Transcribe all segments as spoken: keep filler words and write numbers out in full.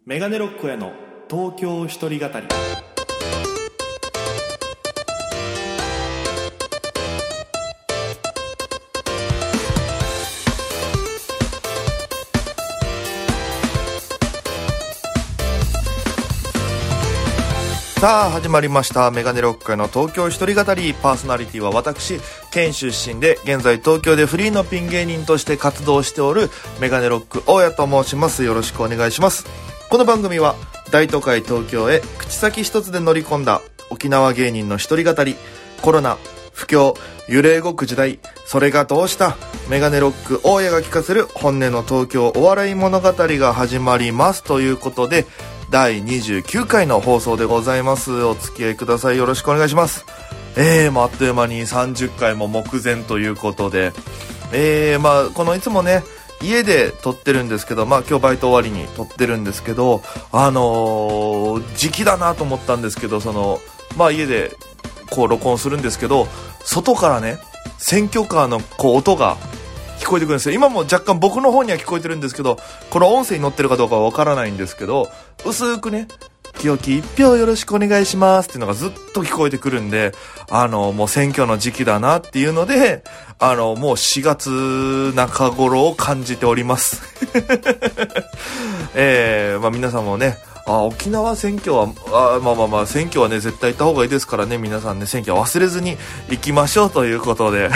メガネロックへの東京一人語り。 さあ始まりました、メガネロックへの東京一人語り。パーソナリティは私、県出身で現在東京でフリーのピン芸人として活動しておるメガネロック大家と申します。よろしくお願いします。この番組は大都会東京へ口先一つで乗り込んだ沖縄芸人の一人語り。コロナ、不況、揺れ動く時代、それがどうした、メガネロック大家が聞かせる本音の東京お笑い物語が始まります。ということでだいにじゅうきゅうかいの放送でございます。お付き合いください。よろしくお願いします。えー、まあ、あっという間にさんじゅっかいも目前ということで、えー、まあ、このいつもね、家で撮ってるんですけど、まあ今日バイト終わりに撮ってるんですけど、あのー、時期だなと思ったんですけど、その、まあ家でこう録音するんですけど、外からね、選挙カーのこう音が聞こえてくるんですよ。今も若干僕の方には聞こえてるんですけど、これ音声に乗ってるかどうかはわからないんですけど、薄くね、清き一票よろしくお願いしますっていうのがずっと聞こえてくるんで、あの、もう選挙の時期だなっていうので、あの、もうしがつ中頃を感じております。えー、まあ皆さんもね、あ、沖縄選挙は、あ、まあまあまあ、選挙はね、絶対行った方がいいですからね、皆さんね、選挙は忘れずに行きましょうということで。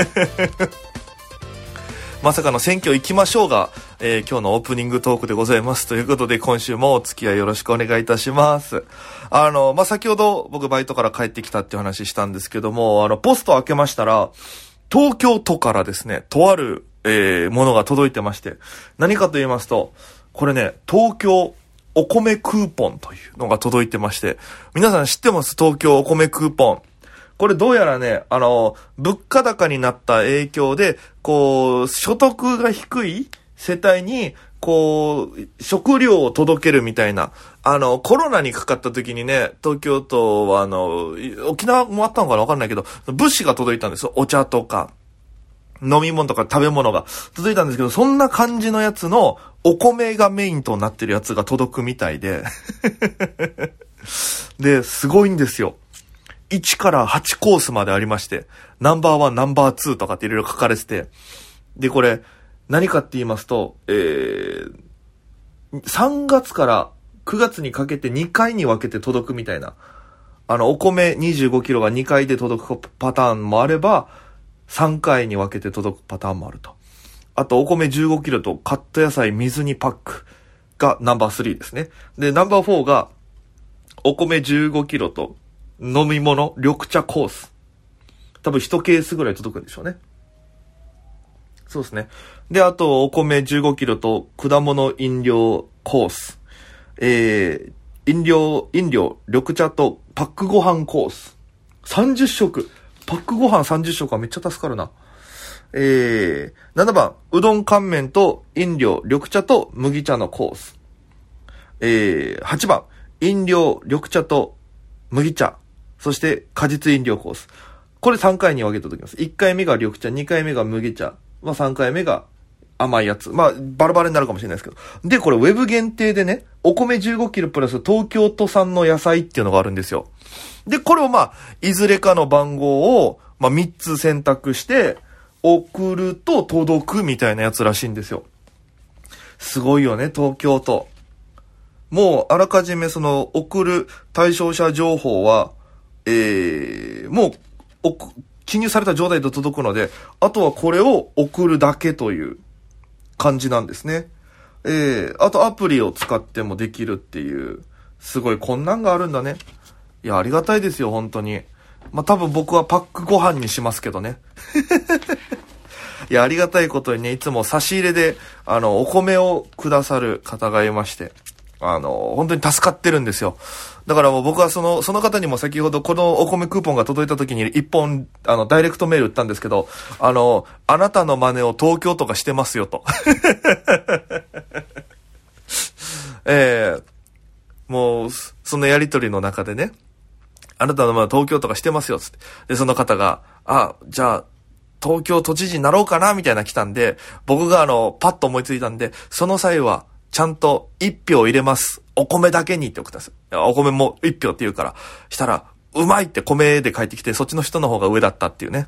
まさかの選挙行きましょうが、えー、今日のオープニングトークでございますということで、今週もお付き合いよろしくお願いいたします。あの、まあ、先ほど僕バイトから帰ってきたっていう話したんですけども、あの、ポスト開けましたら、東京都からですね、とある、えー、ものが届いてまして、何かと言いますと、これね、東京お米クーポンというのが届いてまして、皆さん知ってます？東京お米クーポン。これどうやらね、あの、物価高になった影響で、こう、所得が低い世帯に、こう、食料を届けるみたいな、あの、コロナにかかった時にね、東京都はあの、沖縄もあったのかなわかんないけど、物資が届いたんですよ。お茶とか、飲み物とか食べ物が届いたんですけど、そんな感じのやつの、お米がメインとなってるやつが届くみたいで、で、すごいんですよ。いちからはちコースまでありまして、ナンバーワン、ナンバーツーとかっていろいろ書かれてて、で、これ、何かって言いますと、えー、さんがつからくがつにかけてにかいに分けて届くみたいな、あの、お米にじゅうごキロがにかいで届くパターンもあれば、さんかいに分けて届くパターンもあると。あと、お米じゅうごキロとカット野菜水煮パックがナンバースリーですね。で、ナンバーフォーが、お米じゅうごキロと、飲み物、緑茶コース。多分いちケースぐらい届くんでしょうね。そうですね。で、あと、お米じゅうごキロと果物飲料コース。えー、飲料、飲料、緑茶とパックご飯コース。さんじゅっしょく。パックご飯さんじゅっしょくはめっちゃ助かるな。えー、ななばん、うどん乾麺と飲料、緑茶と麦茶のコース。えー、はちばん、飲料、緑茶と麦茶。そして、果実飲料コース。これさんかいに分けておきます。いっかいめが緑茶、にかいめが麦茶、まあさんかいめが甘いやつ。まあ、バラバラになるかもしれないですけど。で、これウェブ限定でね、お米じゅうごキロプラス東京都産の野菜っていうのがあるんですよ。で、これをまあ、いずれかの番号を、まあみっつ選択して、送ると届くみたいなやつらしいんですよ。すごいよね、東京都。もう、あらかじめその、送る対象者情報は、えー、もうお記入された状態で届くので、あとはこれを送るだけという感じなんですね。えー、あとアプリを使ってもできるっていう、すごいこんなんがあるんだね。いや、ありがたいですよ、本当に。まあ、多分僕はパックご飯にしますけどね。いや、ありがたいことにね、いつも差し入れで、あの、お米をくださる方がいまして、あの、本当に助かってるんですよ。だからもう僕はその、その方にも先ほどこのお米クーポンが届いた時に一本、あの、ダイレクトメール打ったんですけど、あの、あなたの真似を東京とかしてますよと。えー、もう、そのやりとりの中でね、あなたの真似東京とかしてますよつって。で、その方が、あ、じゃあ、東京都知事になろうかなみたいな来たんで、僕があの、パッと思いついたんで、その際は、 ちゃんと一票入れます。お米だけにって送ったんですよ。お米も一票って言うから。したら、うまいって米で帰ってきて、そっちの人の方が上だったっていうね。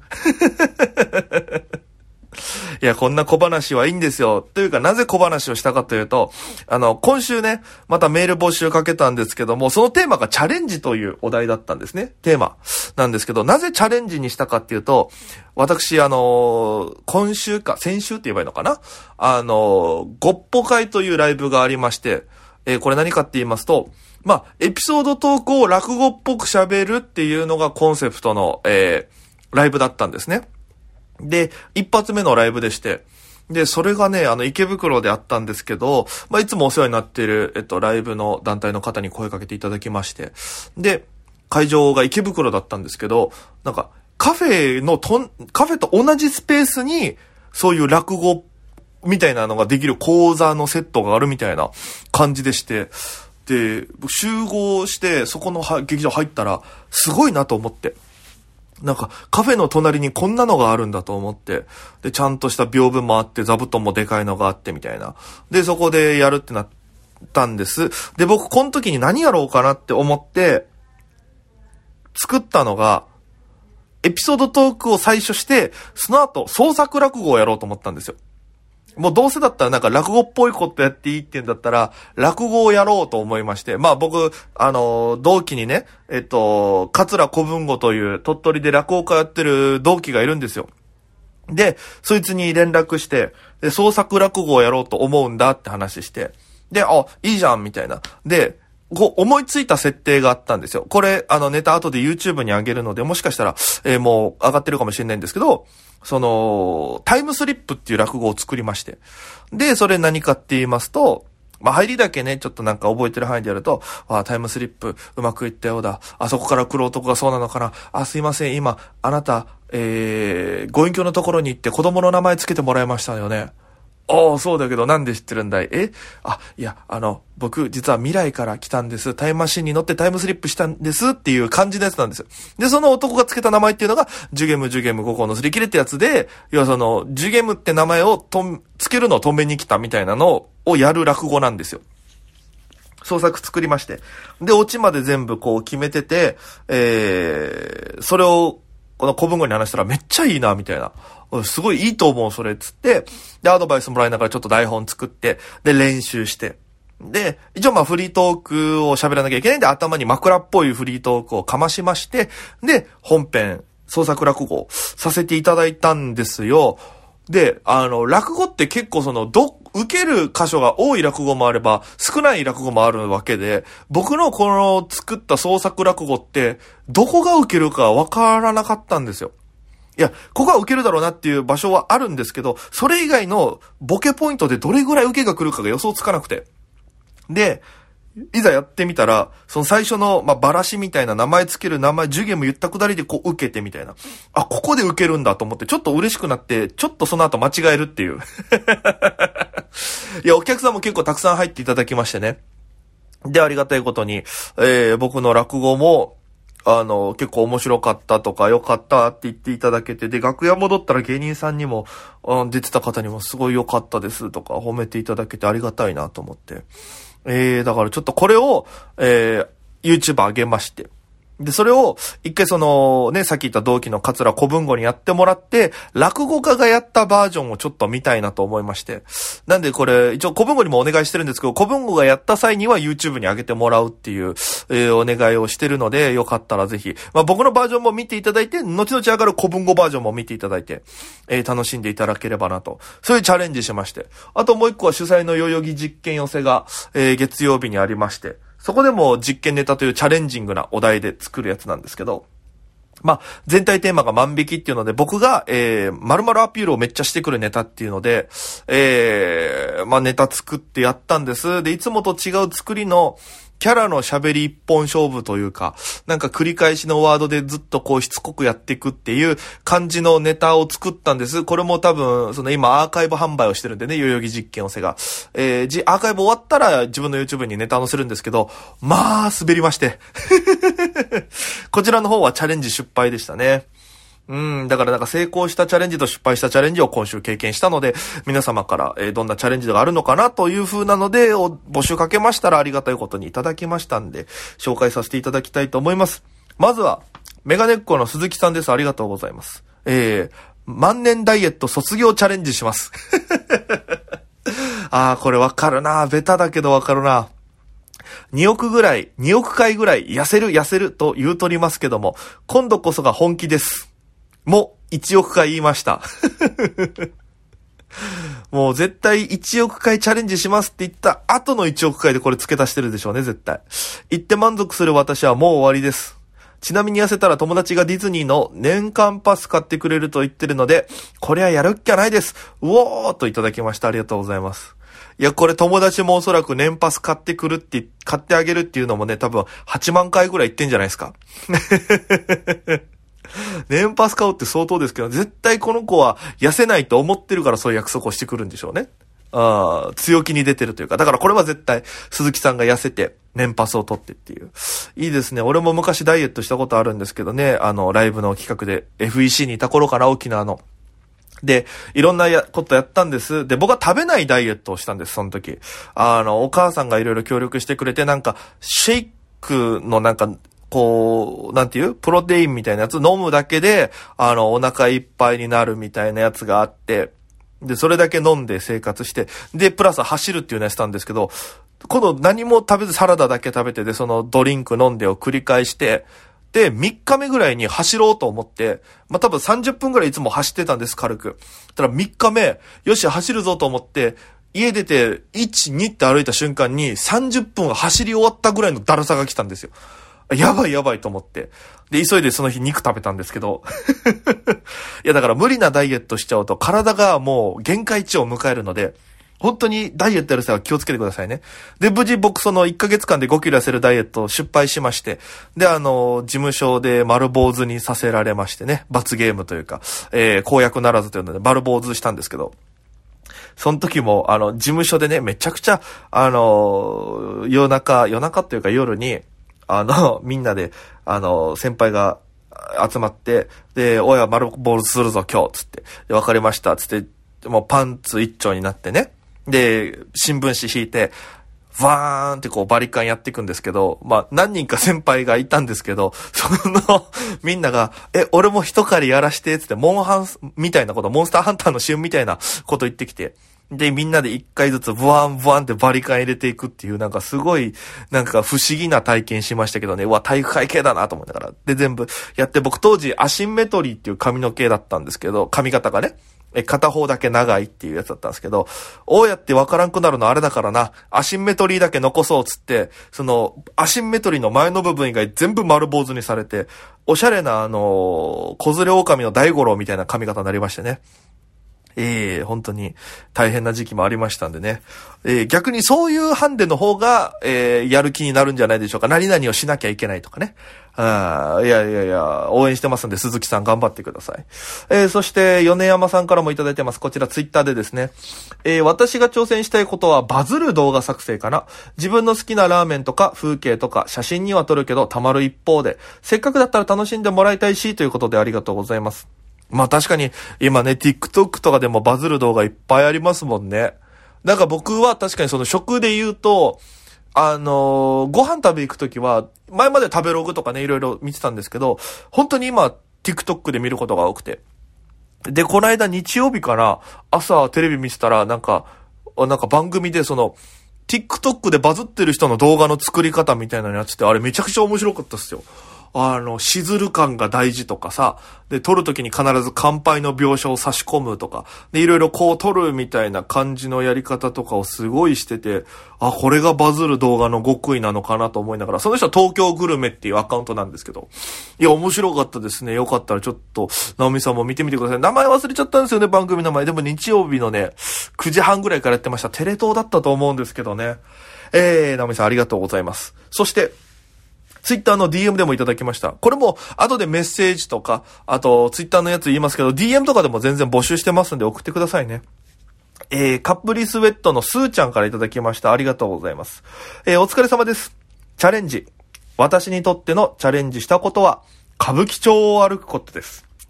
いや、こんな小話はいいんですよ。というか、なぜ小話をしたかというと、あの、今週ね、またメール募集かけたんですけども、そのテーマがチャレンジというお題だったんですね。テーマなんですけど、なぜチャレンジにしたかっていうと、私、あの、今週か、先週って言えばいいのかな？あの、ごっぽ会というライブがありまして、えー、これ何かって言いますと、まあ、エピソードトークを落語っぽく喋るっていうのがコンセプトの、えー、ライブだったんですね。で、一発目のライブでして、で、それがね、あの、池袋であったんですけど、まあ、いつもお世話になっている、えっと、ライブの団体の方に声かけていただきまして、で、会場が池袋だったんですけど、なんか、カフェのとん、カフェと同じスペースに、そういう落語みたいなのができる講座のセットがあるみたいな感じでして、で、集合して、そこの劇場入ったら、すごいなと思って、なんかカフェの隣にこんなのがあるんだと思って、で、ちゃんとした屏風もあって、座布団もでかいのがあってみたいな。で、そこでやるってなったんです。で、僕この時に何やろうかなって思って、作ったのが、エピソードトークを最初して、その後創作落語をやろうと思ったんですよ。もうどうせだったらなんか落語っぽいことやっていいって言うんだったら、落語をやろうと思いまして。まあ僕、あの、同期にね、えっと、桂小文吾という鳥取で落語家やってる同期がいるんですよ。で、そいつに連絡して、で、創作落語をやろうと思うんだって話して。で、あ、いいじゃんみたいな。で、こう思いついた設定があったんですよ。これ、あのネタ後で YouTube に上げるので、もしかしたら、えー、もう上がってるかもしれないんですけど、その、タイムスリップっていう落語を作りまして。で、それ何かって言いますと、まあ、入りだけね、ちょっとなんか覚えてる範囲でやると、あ、タイムスリップうまくいったようだ。あそこから来る男がそうなのかな。あ、すいません、今、あなた、えー、ご隠居のところに行って子供の名前つけてもらいましたよね。ああ、そうだけどなんで知ってるんだい？え？あ、いや、あの、僕、実は未来から来たんです。タイムマシンに乗ってタイムスリップしたんですっていう感じのやつなんですよ。で、その男がつけた名前っていうのが、ジュゲムジュゲム五行のすり切れってやつで、要はその、ジュゲムって名前をとん、つけるのを止めに来たみたいなのをやる落語なんですよ。創作作りまして。で、オチまで全部こう決めてて、えー、それを、この小文吾に話したらめっちゃいいな、みたいな。すごいいいと思う、それ、つって。で、アドバイスもらいながらちょっと台本作って、で、練習して。で、一応まあフリートークを喋らなきゃいけないんで、頭に枕っぽいフリートークをかましまして、で、本編、創作落語させていただいたんですよ。で、あの、落語って結構その、ど、受ける箇所が多い落語もあれば、少ない落語もあるわけで、僕のこの作った創作落語って、どこが受けるかわからなかったんですよ。いや、ここは受けるだろうなっていう場所はあるんですけど、それ以外のボケポイントでどれぐらい受けが来るかが予想つかなくて。で、いざやってみたら、その最初の、まあ、バラシみたいな名前つける名前、ジュゲム言ったくだりでこう受けてみたいな。あ、ここで受けるんだと思って、ちょっと嬉しくなって、ちょっとその後間違えるっていう。いや、お客さんも結構たくさん入っていただきましてね。で、ありがたいことに、えー、僕の落語も、あの、結構面白かったとか、良かったって言っていただけて、で、楽屋戻ったら芸人さんにも、うん、出てた方にもすごい良かったですとか、褒めていただけてありがたいなと思って。えー、だからちょっとこれを、えー、YouTube 上げまして。で、それを、一回その、ね、さっき言った同期の桂小文吾にやってもらって、落語家がやったバージョンをちょっと見たいなと思いまして。なんでこれ、一応小文吾にもお願いしてるんですけど、小文吾がやった際には YouTube に上げてもらうっていう、えー、お願いをしてるので、よかったらぜひ、まあ僕のバージョンも見ていただいて、後々上がる小文吾バージョンも見ていただいて、えー、楽しんでいただければなと。そういうチャレンジしまして。あともう一個は主催の代々木実験寄せが、えー、月曜日にありまして、そこでも実験ネタというチャレンジングなお題で作るやつなんですけど、まあ、全体テーマが万引きっていうので、僕が、えー、〇〇アピールをめっちゃしてくるネタっていうので、えー、まあネタ作ってやったんです。で、いつもと違う作りの、キャラの喋り一本勝負というか、なんか繰り返しのワードでずっとこうしつこくやっていくっていう感じのネタを作ったんです。これも多分、その今アーカイブ販売をしてるんでね、代々木実験寄せが。えー、じ、アーカイブ終わったら自分の YouTube にネタ載せるんですけど、まあ、滑りまして。こちらの方はチャレンジ失敗でしたね。 うん、だからなんか成功したチャレンジと失敗したチャレンジを今週経験したので、皆様から、えー、どんなチャレンジがあるのかなという風なので、募集かけましたらありがたいことにいただきましたんで、紹介させていただきたいと思います。まずは、メガネっ子の鈴木さんです。ありがとうございます。えー、万年ダイエット卒業チャレンジします。あー、これわかるな。ベタだけどわかるな。におくぐらい、におくかいぐらい痩せる痩せると言うとりますけども、今度こそが本気です。もいちおくかい言いました。もう絶対いちおくかいチャレンジしますって言った後のいちおくかいでこれ付け足してるでしょうね、絶対。言って満足する私はもう終わりです。ちなみに痩せたら友達がディズニーの年間パス買ってくれると言ってるので、これはやるっきゃないです。うおーといただきました。ありがとうございます。いや、これ友達もおそらく年パス買ってくるって、買ってあげるっていうのもね、多分はちまんかいぐらい言ってんじゃないですか。年パス買うって相当ですけど、絶対この子は痩せないと思ってるからそういう約束をしてくるんでしょうね。ああ、強気に出てるというか。だからこれは絶対鈴木さんが痩せて年パスを取ってっていう。いいですね。俺も昔ダイエットしたことあるんですけどね。あの、ライブの企画で エフイーシー にいた頃から沖縄の。で、いろんなやことやったんです。で、僕は食べないダイエットをしたんです、その時。あの、お母さんがいろいろ協力してくれて、なんか、シェイクのなんか、こう、なんていうプロテインみたいなやつ飲むだけで、あの、お腹いっぱいになるみたいなやつがあって、で、それだけ飲んで生活して、で、プラス走るっていうのやつしたんですけど、今度何も食べずサラダだけ食べて、で、そのドリンク飲んでを繰り返して、で、みっかめぐらいに走ろうと思って、まあ、多分さんじゅっぷんぐらいいつも走ってたんです、軽く。ただみっかめ、よし、走るぞと思って、家出て、いち、にって歩いた瞬間に、さんじゅっぷん走り終わったぐらいのだるさが来たんですよ。やばいやばいと思って。で、急いでその日肉食べたんですけど。いや、だから無理なダイエットしちゃうと、体がもう限界値を迎えるので、本当にダイエットやる際は気をつけてくださいね。で、無事僕そのいっかげつかんでごキロ痩せるダイエットを失敗しまして、で、あの、事務所で丸坊主にさせられましてね、罰ゲームというか、えー、公約ならずというので丸坊主したんですけど、その時も、あの、事務所でね、めちゃくちゃ、あの、夜中、夜中というか夜に、あの、みんなで、あの、先輩が集まって、で、おや、丸坊主するぞ、今日、つって。で、わかりました、つって、もうパンツ一丁になってね。で、新聞紙引いて、わーンってこうバリカンやっていくんですけど、まあ何人か先輩がいたんですけど、その、みんなが、え、俺も一狩りやらして、つって、モンハンみたいなこと、モンスターハンターのシュンみたいなこと言ってきて、で、みんなで一回ずつブワンブワンってバリカン入れていくっていう、なんかすごい、なんか不思議な体験しましたけどね、うわ、体育会系だなと思いながら。で、全部やって、僕当時アシンメトリーっていう髪の毛だったんですけど、髪型がね。え、片方だけ長いっていうやつだったんですけど、おうやってわからんくなるのあれだからな、アシンメトリーだけ残そうつって、その、アシンメトリーの前の部分以外全部丸坊主にされて、おしゃれなあの、小連れ狼の大五郎みたいな髪型になりましてね。ええー、本当に大変な時期もありましたんでね。えー、逆にそういうハンデの方が、えー、やる気になるんじゃないでしょうか。何々をしなきゃいけないとかね。あいやいやいや、応援してますんで、鈴木さん頑張ってください。えー、そして、米山さんからもいただいてます。こちらツイッターでですね。えー、私が挑戦したいことはバズる動画作成かな。自分の好きなラーメンとか風景とか写真には撮るけどたまる一方で、せっかくだったら楽しんでもらいたいし、ということでありがとうございます。まあ確かに今ね TikTok とかでもバズる動画いっぱいありますもんね。なんか僕は確かにその食で言うとあのー、ご飯食べ行くときは前まで食べログとかねいろいろ見てたんですけど、本当に今 TikTok で見ることが多くて、でこの間日曜日から朝テレビ見てたらなんかなんか番組でその TikTok でバズってる人の動画の作り方みたいなのやつって、あれめちゃくちゃ面白かったっすよ。あの、しずる感が大事とかさ、で、撮るときに必ず乾杯の描写を差し込むとか、で、いろいろこう撮るみたいな感じのやり方とかをすごいしてて、あ、これがバズる動画の極意なのかなと思いながら、その人は東京グルメっていうアカウントなんですけど、いや、面白かったですね。よかったらちょっと、直美さんも見てみてください。名前忘れちゃったんですよね、番組名前。でも日曜日のね、くじはんぐらいからやってました。テレ東だったと思うんですけどね。えー、直美さんありがとうございます。そして、ツイッターの ディーエム でもいただきました。これも後でメッセージとか、あとツイッターのやつ言いますけど、ディーエム とかでも全然募集してますんで送ってくださいね。えー、カップリスウェットのスーちゃんからいただきました。ありがとうございます。えー、お疲れ様です。チャレンジ。私にとってのチャレンジしたことは、歌舞伎町を歩くことです。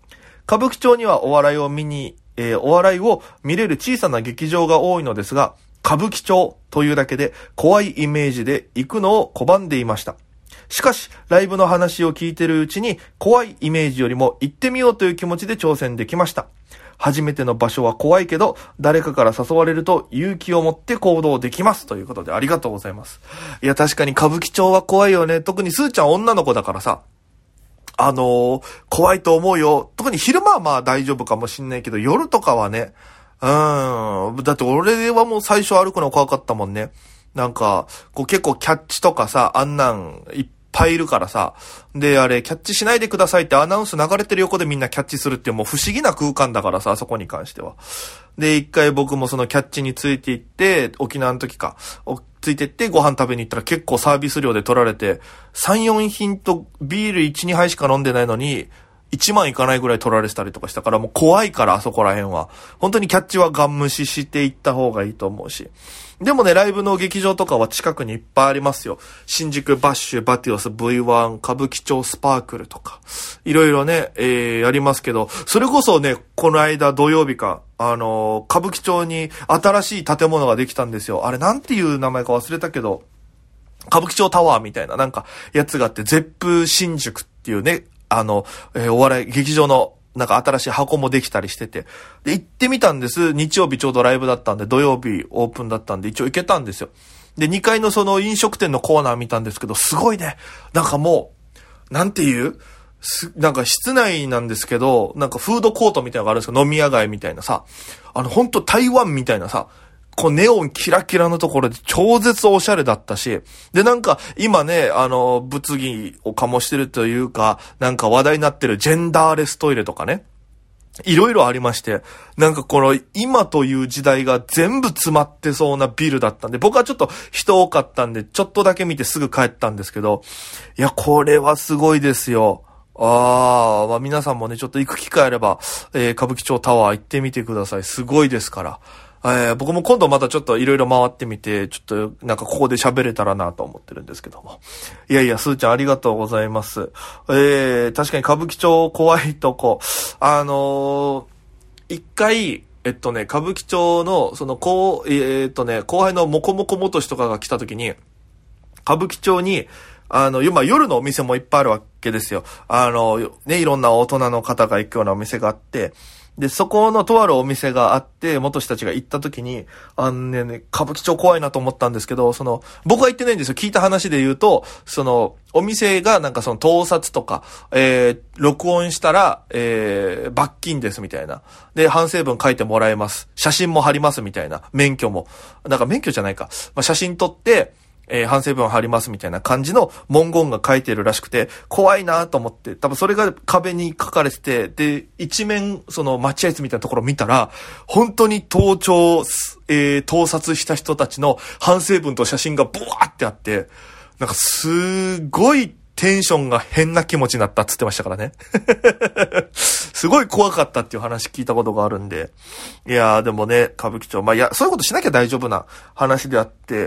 歌舞伎町にはお笑いを見に、えー、お笑いを見れる小さな劇場が多いのですが、歌舞伎町というだけで怖いイメージで行くのを拒んでいました。しかし、ライブの話を聞いてるうちに、怖いイメージよりも行ってみようという気持ちで挑戦できました。初めての場所は怖いけど、誰かから誘われると勇気を持って行動できます。ということでありがとうございます。いや、確かに歌舞伎町は怖いよね。特にスーちゃん女の子だからさ、あのー、怖いと思うよ。特に昼間はまあ大丈夫かもしんないけど、夜とかはね、うーん。だって俺はもう最初歩くの怖かったもんね。なんか、こう結構キャッチとかさ、あんなんいっぱいいるからさ。で、あれ、キャッチしないでくださいってアナウンス流れてる横でみんなキャッチするっていうもう不思議な空間だからさ、そこに関しては。で、一回僕もそのキャッチについて行って、沖縄の時か、ついてってご飯食べに行ったら結構サービス料で取られて、さん、よん品とビールいち、にはいしか飲んでないのに、いちまんいかないぐらい取られてたりとかしたから、もう怖いからあそこら辺は。本当にキャッチはガン無視していった方がいいと思うし。でもね、ライブの劇場とかは近くにいっぱいありますよ。新宿バッシュ、バティオス、ブイワン、歌舞伎町スパークルとか。いろいろね、えー、ありますけど、それこそね、この間土曜日か、あのー、歌舞伎町に新しい建物ができたんですよ。あれなんていう名前か忘れたけど、歌舞伎町タワーみたいななんかやつがあって、ゼップ新宿っていうね、あの、えー、お笑い劇場のなんか新しい箱もできたりしてて。で、行ってみたんです。日曜日ちょうどライブだったんで、土曜日オープンだったんで、一応行けたんですよ。で、にかいのその飲食店のコーナー見たんですけど、すごいね。なんかもう、なんていうすなんか室内なんですけど、なんかフードコートみたいなのがあるんですけど、飲み屋街みたいなさ、あの、ほんと台湾みたいなさ、こうネオンキラキラのところで超絶おしゃれだったし、でなんか今ね、あの、物議を醸してるというか、なんか話題になってるジェンダーレストイレとかね、いろいろありまして、なんかこの今という時代が全部詰まってそうなビルだったんで、僕はちょっと人多かったんで、ちょっとだけ見てすぐ帰ったんですけど、いや、これはすごいですよ。ああ、まあ皆さんもね、ちょっと行く機会あれば、えー、歌舞伎町タワー行ってみてください。すごいですから。えー、僕も今度またちょっといろいろ回ってみて、ちょっとなんかここで喋れたらなと思ってるんですけども。いやいや、すーちゃんありがとうございます。えー、確かに歌舞伎町怖いとこ。あのー、一回、えっとね、歌舞伎町の、その、こう、えー、っとね、後輩のもこもこもとしとかが来た時に、歌舞伎町に、あの、まあ、夜のお店もいっぱいあるわけですよ。あの、ね、いろんな大人の方が行くようなお店があって、で、そこのとあるお店があって、元氏たちが行った時に、あのね、ね、歌舞伎町怖いなと思ったんですけど、その、僕は行ってないんですよ。聞いた話で言うと、その、お店がなんかその盗撮とか、えー、録音したら、えー、罰金ですみたいな。で、反省文書いてもらえます。写真も貼りますみたいな。免許も。なんか免許じゃないか。まあ、写真撮って、えー、反省文貼りますみたいな感じの文言が書いてるらしくて、怖いなと思って、多分それが壁に書かれてて、で、一面、その待合室みたいなところを見たら、本当に盗聴、えー、盗撮した人たちの反省文と写真がブワーってあって、なんかすごいテンションが変な気持ちになったって言ってましたからね。すごい怖かったっていう話聞いたことがあるんで。いやーでもね、歌舞伎町。まあいや、そういうことしなきゃ大丈夫な話であって、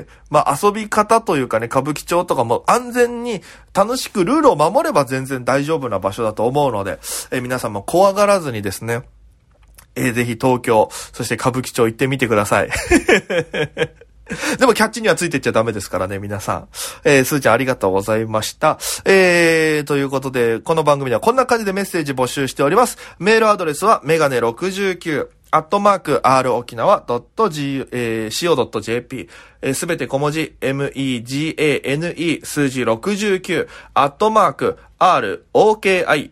まあ遊び方というかね、歌舞伎町とかも安全に楽しくルールを守れば全然大丈夫な場所だと思うので、えー、皆さんも怖がらずにですね、えー、ぜひ東京、そして歌舞伎町行ってみてください。でもキャッチにはついてっちゃダメですからね、皆さん。えー、すーちゃんありがとうございました。えー、ということで、この番組ではこんな感じでメッセージ募集しております。メールアドレスは、メガネろくじゅうきゅう、アットマーク、r 沖縄 .co.jp、すべて小文字、megane、数字ろくじゅうきゅう、アットマーク、r, oki,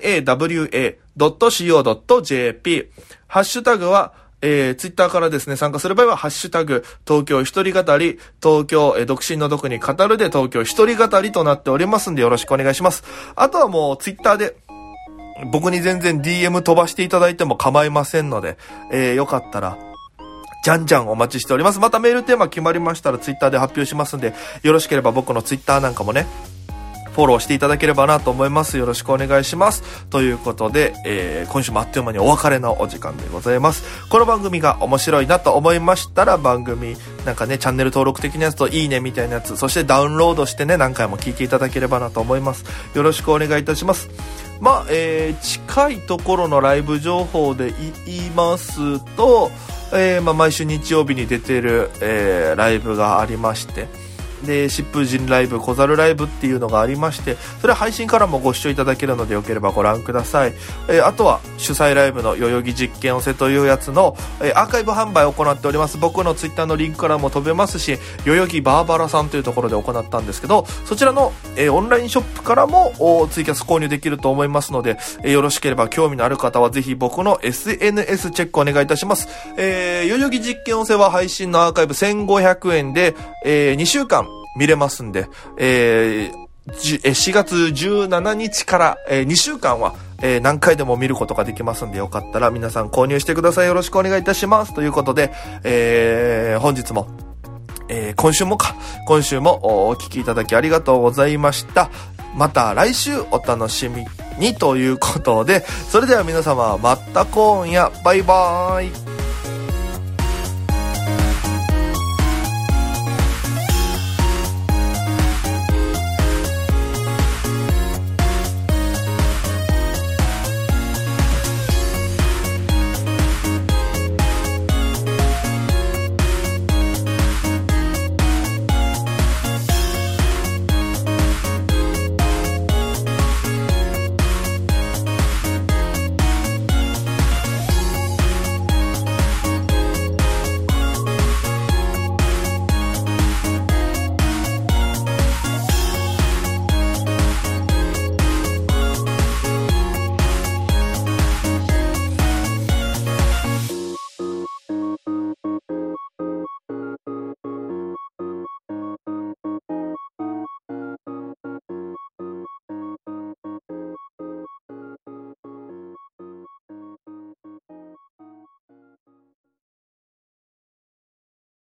nawa.co.jp、ハッシュタグは、えー、ツイッターからですね、参加する場合は、ハッシュタグ、東京一人語り、東京、えー、独身の毒に語るで、東京一人語りとなっておりますんで、よろしくお願いします。あとはもう、ツイッターで、僕に全然 ディーエム 飛ばしていただいても構いませんので、えー、よかったら、じゃんじゃんお待ちしております。またメールテーマ決まりましたら、ツイッターで発表しますんで、よろしければ僕のツイッターなんかもね、フォローしていただければなと思います。よろしくお願いします。ということで、えー、今週もあっという間にお別れのお時間でございます。この番組が面白いなと思いましたら、番組なんかね、チャンネル登録的なやつといいねみたいなやつ、そしてダウンロードしてね、何回も聞いていただければなと思います。よろしくお願いいたします。 まあ、えー、近いところのライブ情報で言いますと、えー、まあ、毎週日曜日に出てる、えー、ライブがありまして、で、疾風陣ライブ、小猿ライブっていうのがありまして、それは配信からもご視聴いただけるのでよければご覧ください。えー、あとは主催ライブの代々木実験寄せというやつの、えー、アーカイブ販売を行っております。僕のツイッターのリンクからも飛べますし、代々木バーバラさんというところで行ったんですけど、そちらの、えー、オンラインショップからもツイキャス購入できると思いますので、えー、よろしければ興味のある方はぜひ僕の エスエヌエス チェックお願いいたします。えー、代々木実験寄せは配信のアーカイブせんごひゃくえんで、えー、にしゅうかん見れますんで、えー、しがつじゅうしちにちから、えー、にしゅうかんは、えー、何回でも見ることができますんで、よかったら皆さん購入してください。よろしくお願いいたします。ということで、えー、本日も、えー、今週もか、今週もお聞きいただきありがとうございました。また来週お楽しみにということで、それでは皆様また今夜、バイバーイ。